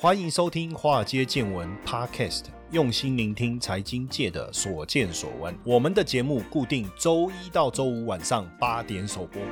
欢迎收听华尔街见闻 Podcast， 用心聆听财经界的所见所闻。我们的节目固定周一到周五晚上8点首播。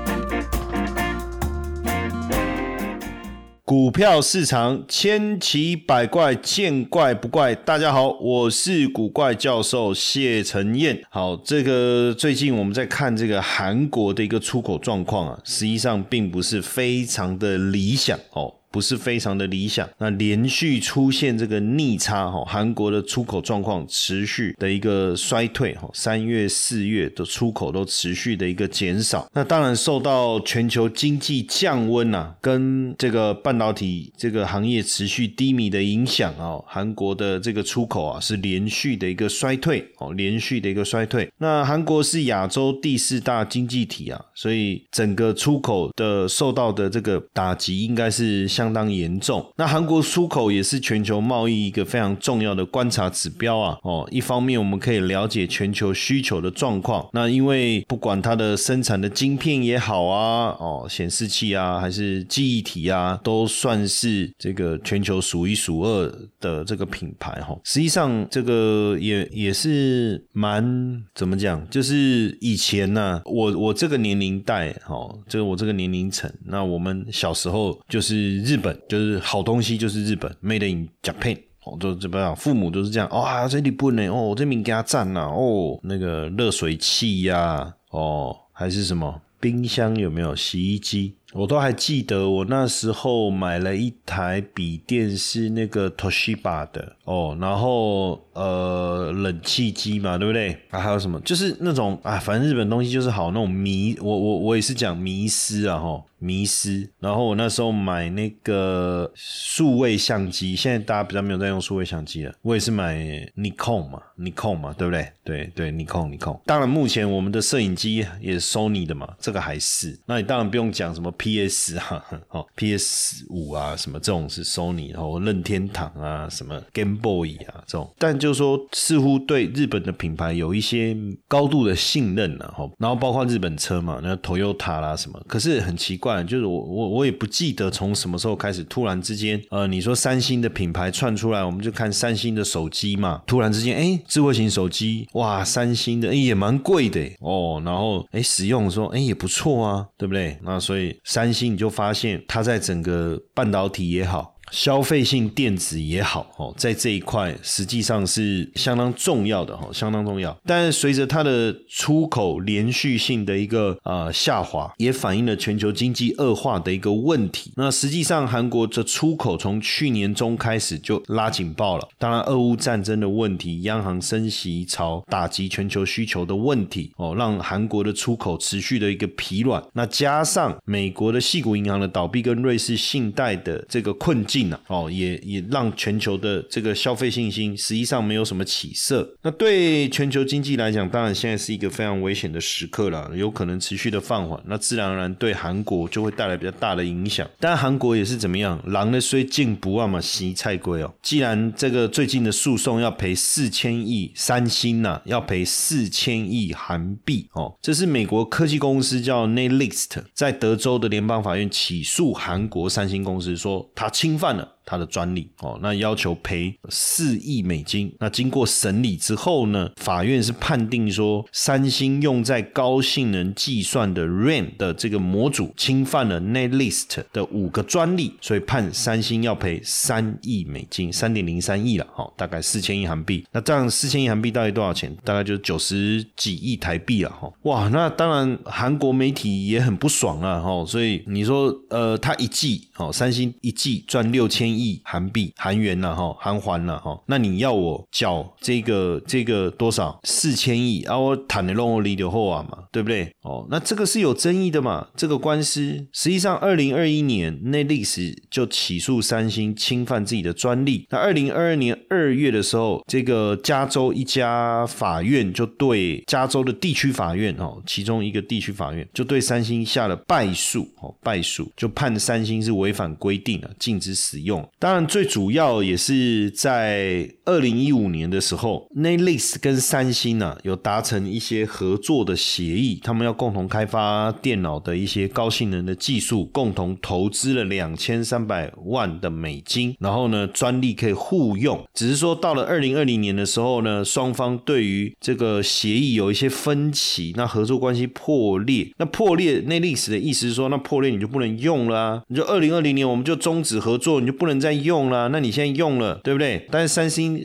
股票市场千奇百怪，见怪不怪。大家好，我是股怪教授谢承彦。好，这个最近我们在看这个韩国的一个出口状况啊，实际上并不是非常的理想哦。不是非常的理想，那连续出现这个逆差，韩国的出口状况持续的一个衰退，3月4月的出口都持续的一个减少，那当然受到全球经济降温跟这个半导体这个行业持续低迷的影响韩国的这个出口是连续的一个衰退，那韩国是亚洲第4大经济体所以整个出口的受到的这个打击应该是相当严重。那韩国出口也是全球贸易一个非常重要的观察指标一方面我们可以了解全球需求的状况，那因为不管它的生产的晶片也好显示器还是记忆体都算是这个全球数一数二的这个品牌实际上这个也是蛮怎么讲，就是以前我这个年龄代就是我这个年龄层，那我们小时候就是日本，就是好东西就是日本 Made in Japan，就怎么样，父母都是这样这日本的这名给他赞那个热水器还是什么冰箱有没有洗衣机，我都还记得我那时候买了一台笔电是那个 Toshiba 的然后冷气机嘛，对不对还有什么就是那种反正日本东西就是好那种我也是讲迷思迷思。然后我那时候买那个数位相机，现在大家比较没有在用数位相机了，我也是买 Nikon 嘛，对不对？对 Nikon。当然目前我们的摄影机也是 Sony 的嘛，这个还是，那你当然不用讲什么 PS PS5 什么这种是 Sony， 然后任天堂什么 Game Boy 这种，但就是说似乎对日本的品牌有一些高度的信任然后包括日本车嘛，那 Toyota 啦什么，可是很奇怪，就是我也不记得从什么时候开始突然之间你说三星的品牌窜出来，我们就看三星的手机嘛，突然之间智慧型手机哇，三星的也蛮贵的然后使用说也不错对不对？那所以三星你就发现它在整个半导体也好，消费性电子也好在这一块实际上是相当重要的相当重要。但是随着它的出口连续性的一个下滑，也反映了全球经济恶化的一个问题。那实际上韩国的出口从去年中开始就拉警报了，当然俄乌战争的问题，央行升息潮打击全球需求的问题让韩国的出口持续的一个疲软。那加上美国的矽谷银行的倒闭跟瑞士信贷的这个困境也让全球的这个消费信心实际上没有什么起色。那对全球经济来讲，当然现在是一个非常危险的时刻了，有可能持续的放缓，那自然而然对韩国就会带来比较大的影响。但韩国也是怎么样，人咧虽进不忘嘛洗菜龟既然这个最近的诉讼要赔4000亿，三星要赔4000亿韩币这是美国科技公司叫 Netlist 在德州的联邦法院起诉韩国三星公司，说他侵犯了他的专利那要求赔4亿美金。那经过审理之后呢，法院是判定说三星用在高性能计算的 RAM 的这个模组侵犯了 Netlist 的5个专利，所以判三星要赔3亿美金 3.03 亿啦大概4000亿韩币。那这样4000亿韩币大概多少钱？大概就是90几亿台币啦哇，那当然韩国媒体也很不爽所以你说他一季三星一季赚6000亿韩币韩元韩环那你要我缴这个多少4000亿我谈的弄理就好嘛，对不对那这个是有争议的嘛，这个官司实际上2021年Netlist就起诉三星侵犯自己的专利。那2022年2月的时候，这个加州一家法院就对加州的地区法院其中一个地区法院就对三星下了败诉就判三星是违反规定禁止使用当然最主要也是在2015年的时候 Netflix 跟三星有达成一些合作的协议，他们要共同开发电脑的一些高性能的技术，共同投资了2300万的美金，然后呢专利可以互用。只是说到了2020年的时候呢，双方对于这个协议有一些分歧，那合作关系破裂。那破裂 Netflix 的意思是说，那破裂你就不能用了啊，你就2020年我们就终止合作，你就不能再用了，那你现在用了对不对？但是三星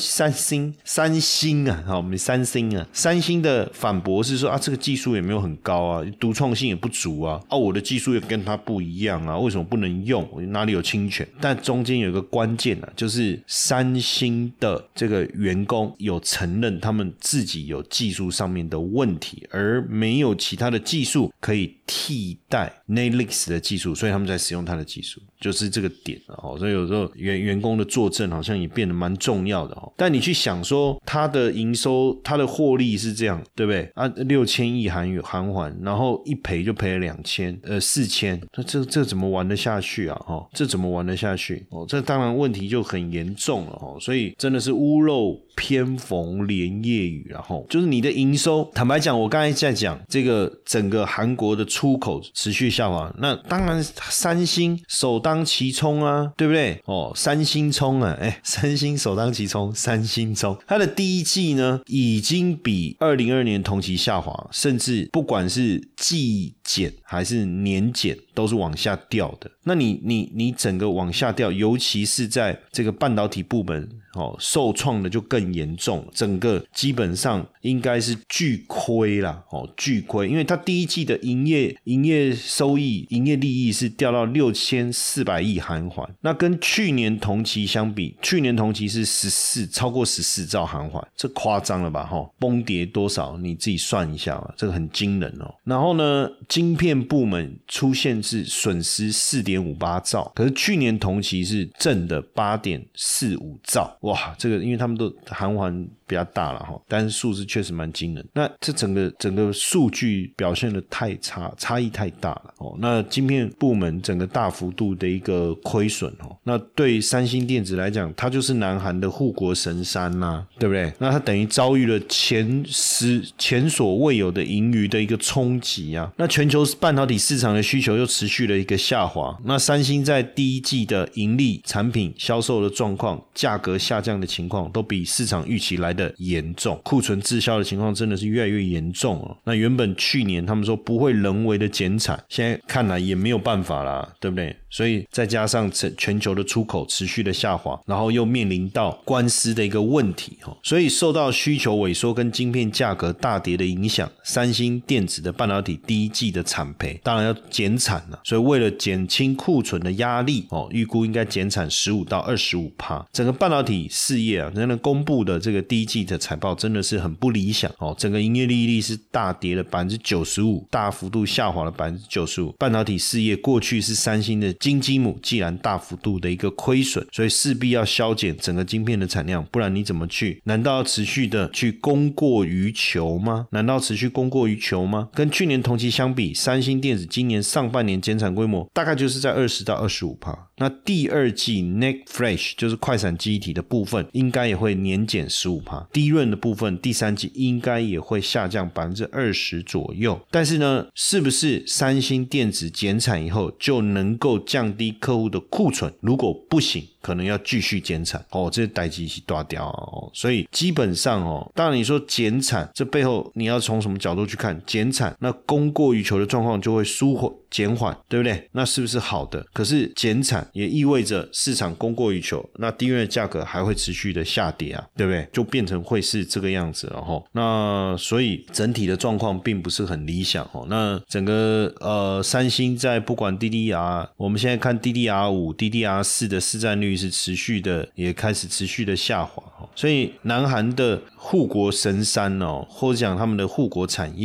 啊，好，我们三星的反驳是说啊，这个技术也没有很高啊，独创性也不足啊，我的技术也跟它不一样啊，为什么不能用？哪里有侵权？但中间有一个关键啊，就是三星的这个员工有承认他们自己有技术上面的问题，而没有其他的技术可以替代 Netflix 的技术，所以他们在使用它的技术，就是这个点所以有时候员工的作证好像也变得蛮重要的但你去想说，它的营收、它的获利是这样，对不对？6000亿韩元，然后一赔就赔了4000，那这怎么玩得下去啊？这怎么玩得下去？这当然问题就很严重了所以真的是屋漏偏逢连夜雨就是你的营收，坦白讲，我刚才在讲这个整个韩国的出口持续下滑，那当然三星首当其冲啊，对不对？三星冲啊，三星首当其冲，三星冲，它的第一季呢已经比2022年同期下滑，甚至不管是季减还是年减都是往下掉的。那你整个往下掉，尤其是在这个半导体部门受创的就更严重，整个基本上应该是巨亏啦巨亏，因为它第一季的营业收益、营业利益是掉到6400亿韩元，那跟去年同期相比，去年同期是超过14兆韩元，这夸张了吧崩跌多少你自己算一下这个很惊人然后呢，晶片部门出现是损失 4.58 兆，可是去年同期是正的 8.45 兆，哇，这个因为他们都韩元比较大了但是数字确实蛮惊人。那这整个数据表现的太差异太大了那晶片部门整个大幅度的一个亏损那对三星电子来讲，它就是南韩的护国神山啦对不对？那它等于遭遇了前所未有的盈余的一个冲击啊。那全球半导体市场的需求又持续了一个下滑，那三星在第一季的盈利、产品销售的状况、价格下降的情况都比市场预期来的严重，库存滞销的情况真的是越来越严重那原本去年他们说不会人为的减产，现在看来也没有办法啦，对不对？所以再加上全球的出口持续的下滑，然后又面临到官司的一个问题所以受到需求萎缩跟晶片价格大跌的影响，三星电子的半导体第一季的产赔当然要减产了，所以为了减轻库存的压力预估应该减产15%到25%。整个半导体事业真的公布的这个第一季的财报真的是很不理想整个营业利率是大跌了 95%， 大幅度下滑了 95%。 半导体事业过去是三星的金鸡母，既然大幅度的一个亏损，所以势必要削减整个晶片的产量，不然你怎么去？难道要持续的去供过于求吗？跟去年同期相比，三星电子今年上半年减产规模大概就是在20%到25%。那第二季 NAND Flash 就是快闪记忆体的部分应该也会年减 15%， 低润的部分第三季应该也会下降 20% 左右。但是呢，是不是三星电子减产以后就能够降低客户的库存？如果不行，可能要继续减产这代志是大条所以基本上当然你说减产，这背后你要从什么角度去看？减产，那供过于求的状况就会减缓，对不对？那是不是好的？可是减产也意味着市场供过于求，那低润的价格还会持续的下跌对不对？就变成会是这个样子那所以整体的状况并不是很理想那整个三星在不管 DDR， 我们现在看 DDR5、DDR4 的市占率是也开始持续的下滑所以南韩的护国神山或者讲他们的护国产业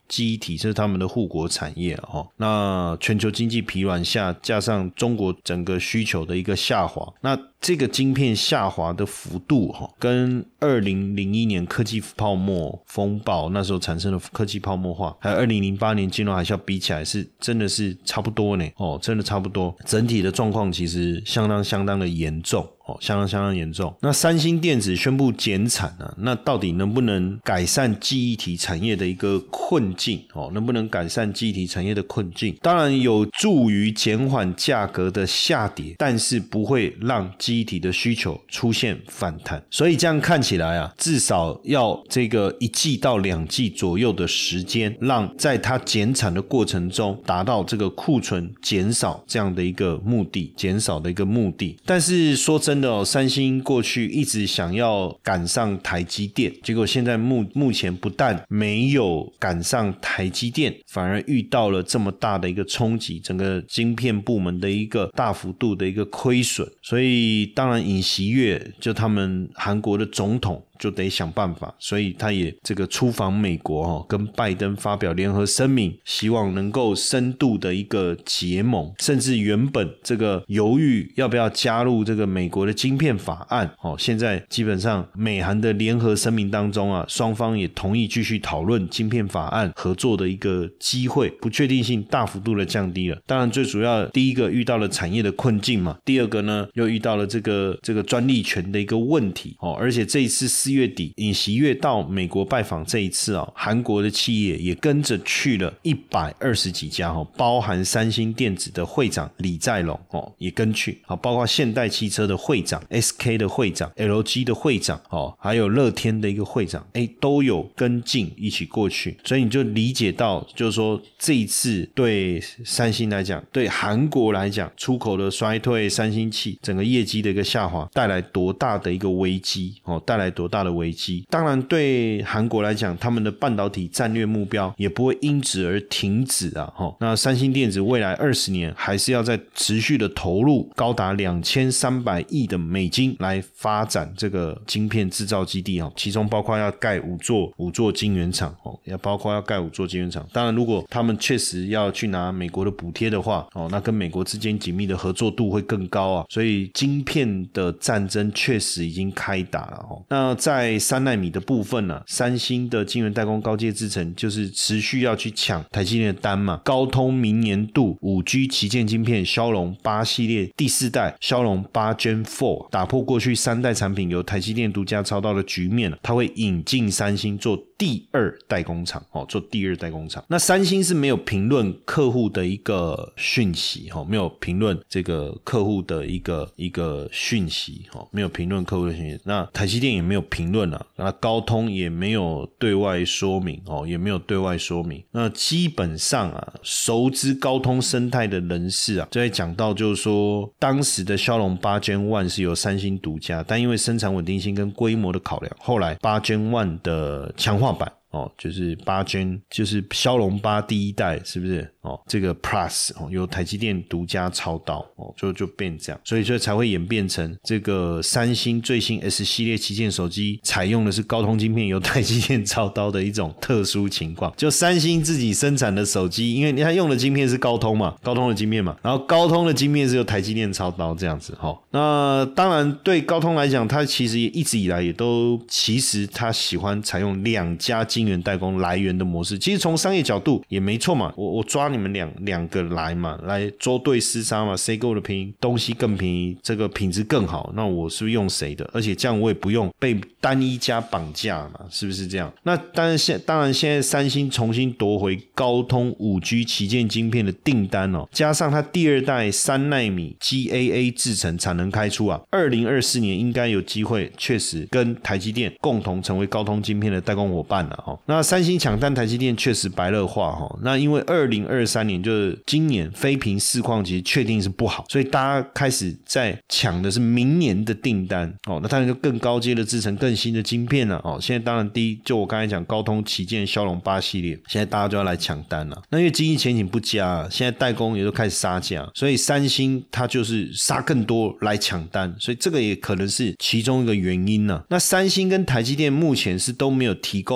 记忆体，这是他们的护国产业那全球经济疲软下，加上中国整个需求的一个下滑，那这个晶片下滑的幅度跟2001年科技泡沫风暴那时候产生的科技泡沫化，还有2008年金融海啸比起来是真的是差不多呢真的差不多，整体的状况其实相当的严重相当严重。那三星电子宣布减产那到底能不能改善记忆体产业的一个困境能不能改善记忆体产业的困境？当然有助于减缓价格的下跌，但是不会让记忆体的需求出现反弹。所以这样看起来至少要这个1季到2季左右的时间，让在它减产的过程中达到这个库存减少这样的一个目的，但是说真的三星过去一直想要赶上台积电，结果现在目前不但没有赶上台积电，反而遇到了这么大的一个冲击，整个晶片部门的一个大幅度的一个亏损。所以当然尹锡悦就他们韩国的总统就得想办法，所以他也这个出访美国跟拜登发表联合声明，希望能够深度的一个结盟，甚至原本这个犹豫要不要加入这个美国的晶片法案现在基本上美韩的联合声明当中双方也同意继续讨论晶片法案合作的一个机会，不确定性大幅度的降低了。当然最主要第一个遇到了产业的困境嘛，第二个呢又遇到了这个专利权的一个问题而且这一次4月底尹锡悦到美国拜访，这一次韩国的企业也跟着去了120几家包含三星电子的会长李在镕也跟去包括现代汽车的会长 SK 的会长 LG 的会长还有乐天的一个会长都有跟进一起过去。所以你就理解到就是说这一次对三星来讲，对韩国来讲，出口的衰退，三星气整个业绩的一个下滑带来多大的一个危机当然对韩国来讲，他们的半导体战略目标也不会因此而停止那三星电子未来20年还是要在持续的投入高达2300亿的美金来发展这个晶片制造基地其中包括要盖五座晶圆厂也包括要盖5座晶圆厂。当然如果他们确实要去拿美国的补贴的话那跟美国之间紧密的合作度会更高所以晶片的战争确实已经开打了那在3奈米的部分三星的晶圆代工高阶制程就是持续要去抢台积电的单嘛。高通明年度 5G 旗舰晶片骁龙8系列第4代骁龙8 Gen 4打破过去3代产品由台积电独家操刀的局面它会引进三星做第2代工厂那三星是没有评论客户的一个讯息没有评论这个客户的一个讯息没有评论客户的讯息。那台积电也没有评论那高通也没有对外说明那基本上熟知高通生态的人士就在讲到就是说当时的骁龙8 Gen 1是由三星独家，但因为生产稳定性跟规模的考量，后来8 Gen 1的强化版就是8 Gen 就是骁龙8第1代是不是这个 Plus 由台积电独家操刀就变这样，所以才会演变成这个三星最新 S 系列旗舰手机采用的是高通晶片由台积电操刀的一种特殊情况。就三星自己生产的手机，因为它用的晶片是高通的晶片嘛，然后高通的晶片是由台积电操刀这样子那当然对高通来讲，它其实也一直以来也都其实它喜欢采用2家晶圆代工来源的模式，其实从商业角度也没错嘛，我抓你们两个来嘛，来捉对厮杀嘛，谁给我的便宜东西更便宜，这个品质更好，那我是不是用谁的？而且这样我也不用被单一家绑架嘛，是不是这样？那当然现在三星重新夺回高通 5G 旗舰晶片的订单加上它第2代3奈米 GAA 制程产能开出2024年应该有机会确实跟台积电共同成为高通晶片的代工伙伴那三星抢单台积电确实白热化那因为2023年就是今年非屏市况其实确定是不好，所以大家开始在抢的是明年的订单那当然就更高阶的制程更新的晶片了现在当然第一就我刚才讲高通旗舰骁龙8系列现在大家就要来抢单了。那因为经济前景不佳现在代工也都开始杀价，所以三星它就是杀更多来抢单，所以这个也可能是其中一个原因那三星跟台积电目前是都没有提供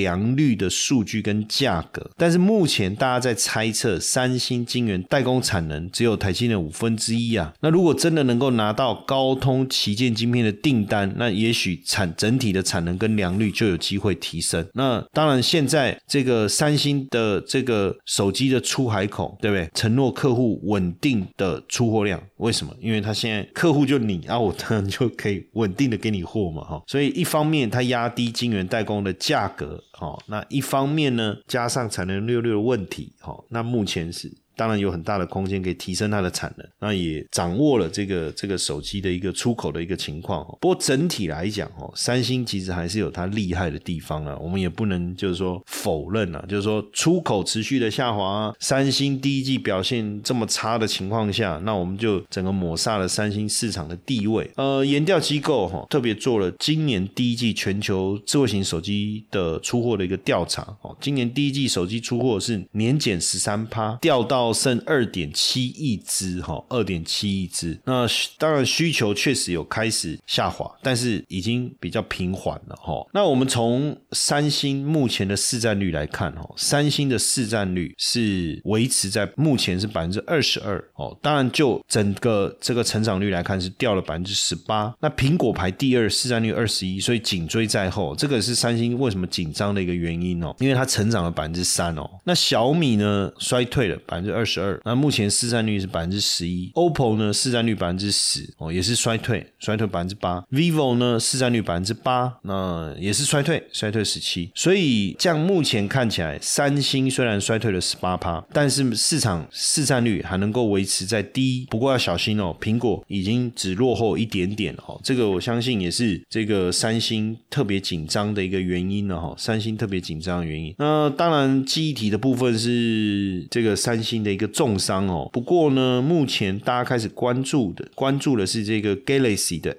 良率的数据跟价格，但是目前大家在猜测三星晶圆代工产能只有台积电1/5啊。那如果真的能够拿到高通旗舰晶片的订单，那也许整体的产能跟良率就有机会提升。那当然现在这个三星的这个手机的出海口，对不对？承诺客户稳定的出货量，为什么？因为他现在客户就你啊，我当然就可以稳定的给你货嘛，所以一方面他压低晶圆代工的价格，那一方面呢加上产能利率的问题，那目前是当然有很大的空间可以提升它的产能，那也掌握了这个手机的一个出口的一个情况。不过整体来讲，三星其实还是有它厉害的地方啊，我们也不能就是说否认啊，就是说出口持续的下滑，三星第一季表现这么差的情况下，那我们就整个抹杀了三星市场的地位。研调机构特别做了今年第一季全球智慧型手机的出货的一个调查，今年第一季手机出货是年减 13%， 掉到剩 2.7 亿只 2.7 亿只。那当然需求确实有开始下滑，但是已经比较平缓了。那我们从三星目前的市占率来看，三星的市占率是维持在目前是 22%， 当然就整个这个成长率来看是掉了 18%。 那苹果排第二，市占率21%，所以紧追在后，这个是三星为什么紧张的一个原因，因为它成长了 3%。 那小米呢衰退了 22%， 那目前市占率是 11%。 OPPO 呢市占率 10%， 也是衰退 8%。 vivo 呢市占率 8%， 那也是衰退 17%。 所以这样目前看起来，三星虽然衰退了 18%， 但是市场市占率还能够维持在低。不过要小心苹果已经只落后一点点这个我相信也是这个三星特别紧张的一个原因三星特别紧张的原因。那当然记忆体的部分是这个三星的一个重伤不过呢目前大家开始关注的是这个 Galaxy 的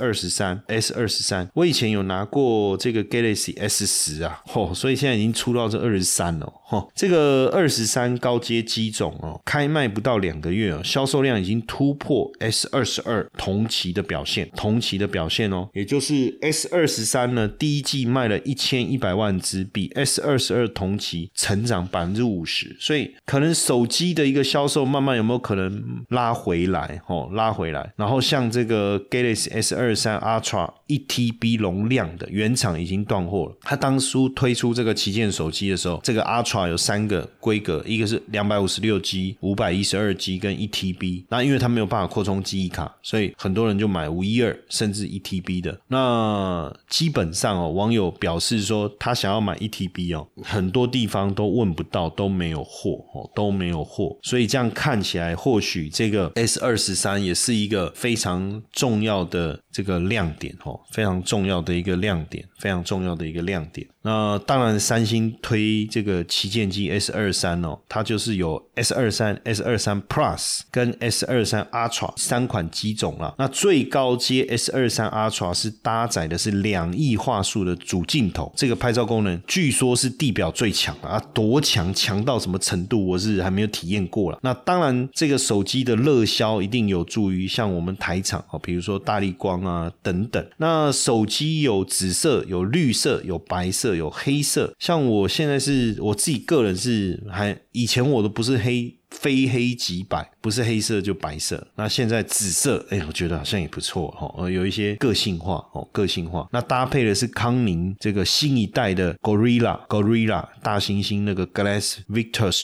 S23。 我以前有拿过这个 Galaxy S10 啊所以现在已经出到这23了这个23高阶机种开卖不到2个月销售量已经突破 S22 同期的表现也就是 S23 呢第一季卖了1100万只，比 S22 同期成长 50%， 所以可能手机的一个销售慢慢有没有可能拉回来，然后像这个 Galaxy S23 Ultra 1TB 容量的原厂已经断货了。他当初推出这个旗舰手机的时候，这个 Ultra 有3个规格，一个是 256G、 512G 跟 1TB， 那因为它没有办法扩充记忆卡，所以很多人就买512甚至 1TB 的。那基本上网友表示说他想要买 1TB 很多地方都问不到，都没有货，所以这样看起来或许这个 S23 也是一个非常重要的这个亮点，非常重要的一个亮点。那当然三星推这个旗舰机 S23 它就是有 S23、S23 Plus 跟 S23 Ultra 3款机种啦。那最高阶 S23 Ultra 是搭载的是2亿画素的主镜头，这个拍照功能据说是地表最强多强到什么程度我是还没有体验过啦。那当然这个手机的热销一定有助于像我们台厂比如说大立光等等。那手机有紫色、有绿色、有白色、有黑色，像我现在是我自己个人是以前我都不是非黑即白，不是黑色就白色，那现在紫色我觉得好像也不错有一些个性化。那搭配的是康宁这个新一代的 Gorilla 大猩猩那个 Glass Victus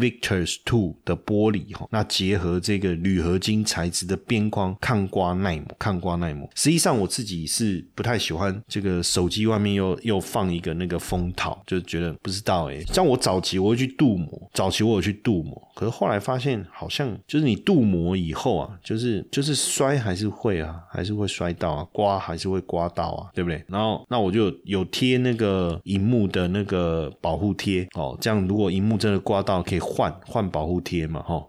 2的玻璃那结合这个铝合金材质的边框，抗刮耐磨。实际上我自己是不太喜欢这个手机外面又放一个那个封套，就觉得不知道像我早期我会去镀膜，可是后来发现好像就是你镀膜以后就是摔还是会摔到刮还是会刮到对不对？然后那我就有贴那个萤幕的那个保护贴这样如果萤幕真的刮到可以换保护贴嘛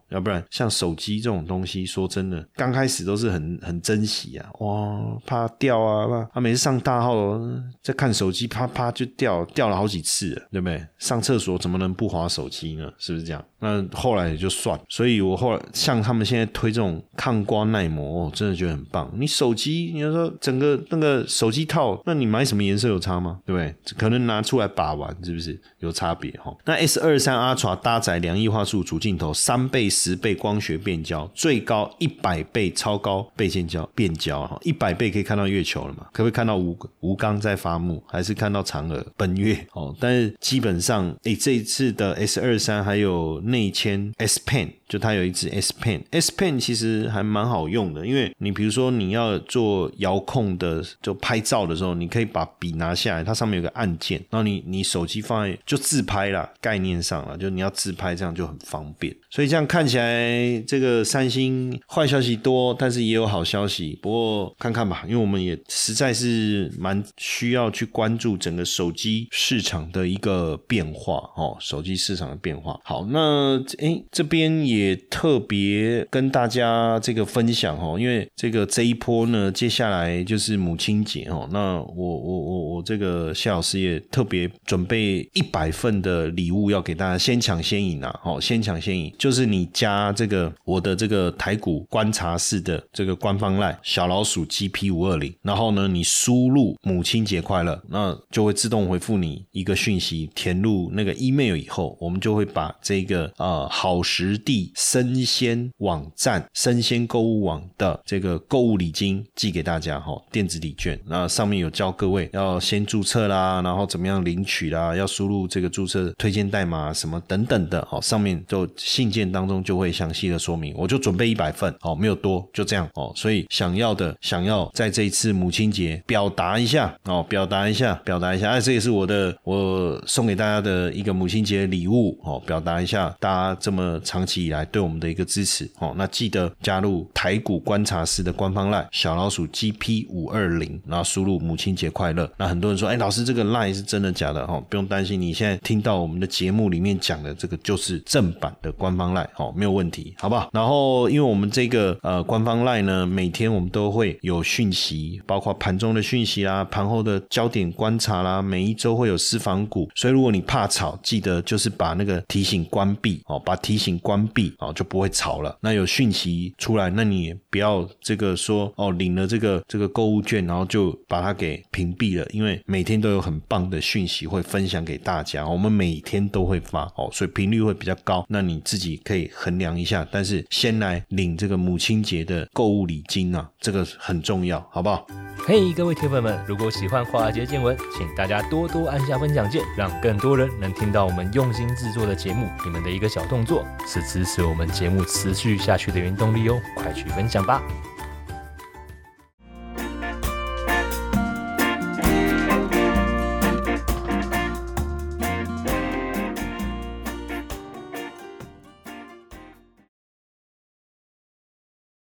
要不然像手机这种东西，说真的，刚开始都是很珍惜啊，哇，怕掉啊，每次上大号在看手机，啪就掉了好几次了，对不对？上厕所怎么能不滑手机呢？是不是这样？那后来也就算，所以我后来像他们现在推这种抗刮耐磨，真的觉得很棒。你手机，你说整个那个手机套，那你买什么颜色有差吗？对不对？可能拿出来把玩，是不是有差别？那 S23 Ultra 搭载2亿画素主镜头，3倍、10倍光学变焦，最高100倍超高倍变焦，100倍可以看到月球了嘛？可不可以看到吴刚在发幕，还是看到嫦娥奔月？但是基本上，这一次的 S23 还有内嵌 S Pen， 就它有一支 S Pen 其实还蛮好用的，因为你比如说你要做遥控的，就拍照的时候，你可以把笔拿下来，它上面有个按键，然后你手机放在就自拍啦，概念上啦，就你要自拍这样就很方便。所以这样看起来，这个三星坏消息多，但是也有好消息。不过看看吧，因为我们也实在是蛮需要去关注整个手机市场的一个变化手机市场的变化。好，那这边也特别跟大家这个分享因为这一波呢，接下来就是母亲节那我这个谢老师也特别准备100份的礼物要给大家，先抢先赢先抢先赢，就是你加我的这个台股观察室的这个官方 LINE 小老鼠 GP520， 然后呢你输入母亲节快乐，那就会自动回复你一个讯息，填入那个 email 以后，我们就会把这个好食地生鲜网站生鲜购物网的这个购物礼金寄给大家电子礼券，那上面有教各位要先注册啦，然后怎么样领取啦，要输入这个注册推荐代码什么等等的上面就信件当中就会详细的说明。我就准备100份没有多，就这样所以想要在这一次母亲节表达一下这也是我送给大家的一个母亲节礼物表达一下大家这么长期以来对我们的一个支持那记得加入台股观察室的官方 LINE 小老鼠 GP520， 然后输入母亲节快乐。那很多人说老师这个 LINE 是真的假的不用担心，你现在听到我们的节目里面讲的这个就是正版的官方 LINE 没有问题，好不好？然后因为我们这个官方 LINE 呢，每天我们都会有讯息，包括盘中的讯息啦，盘后的焦点观察啦，每一周会有私房股，所以如果你怕吵，记得就是把那个提醒关闭就不会吵了。那有讯息出来，那你也不要这个说领了这个购物券然后就把它给屏蔽了，因为每天都有很棒的讯息会分享给大家，我们每天都会发所以频率会比较高，那你自己可以衡量一下，但是先来领这个母亲节的购物礼金这个很重要，好不好？ 嘿，各位铁粉们，如果喜欢华尔街见闻，请大家多多按下分享键，让更多人能听到我们用心制作的节目。你们的一个小动作是支持我们节目持续下去的原动力快去分享吧。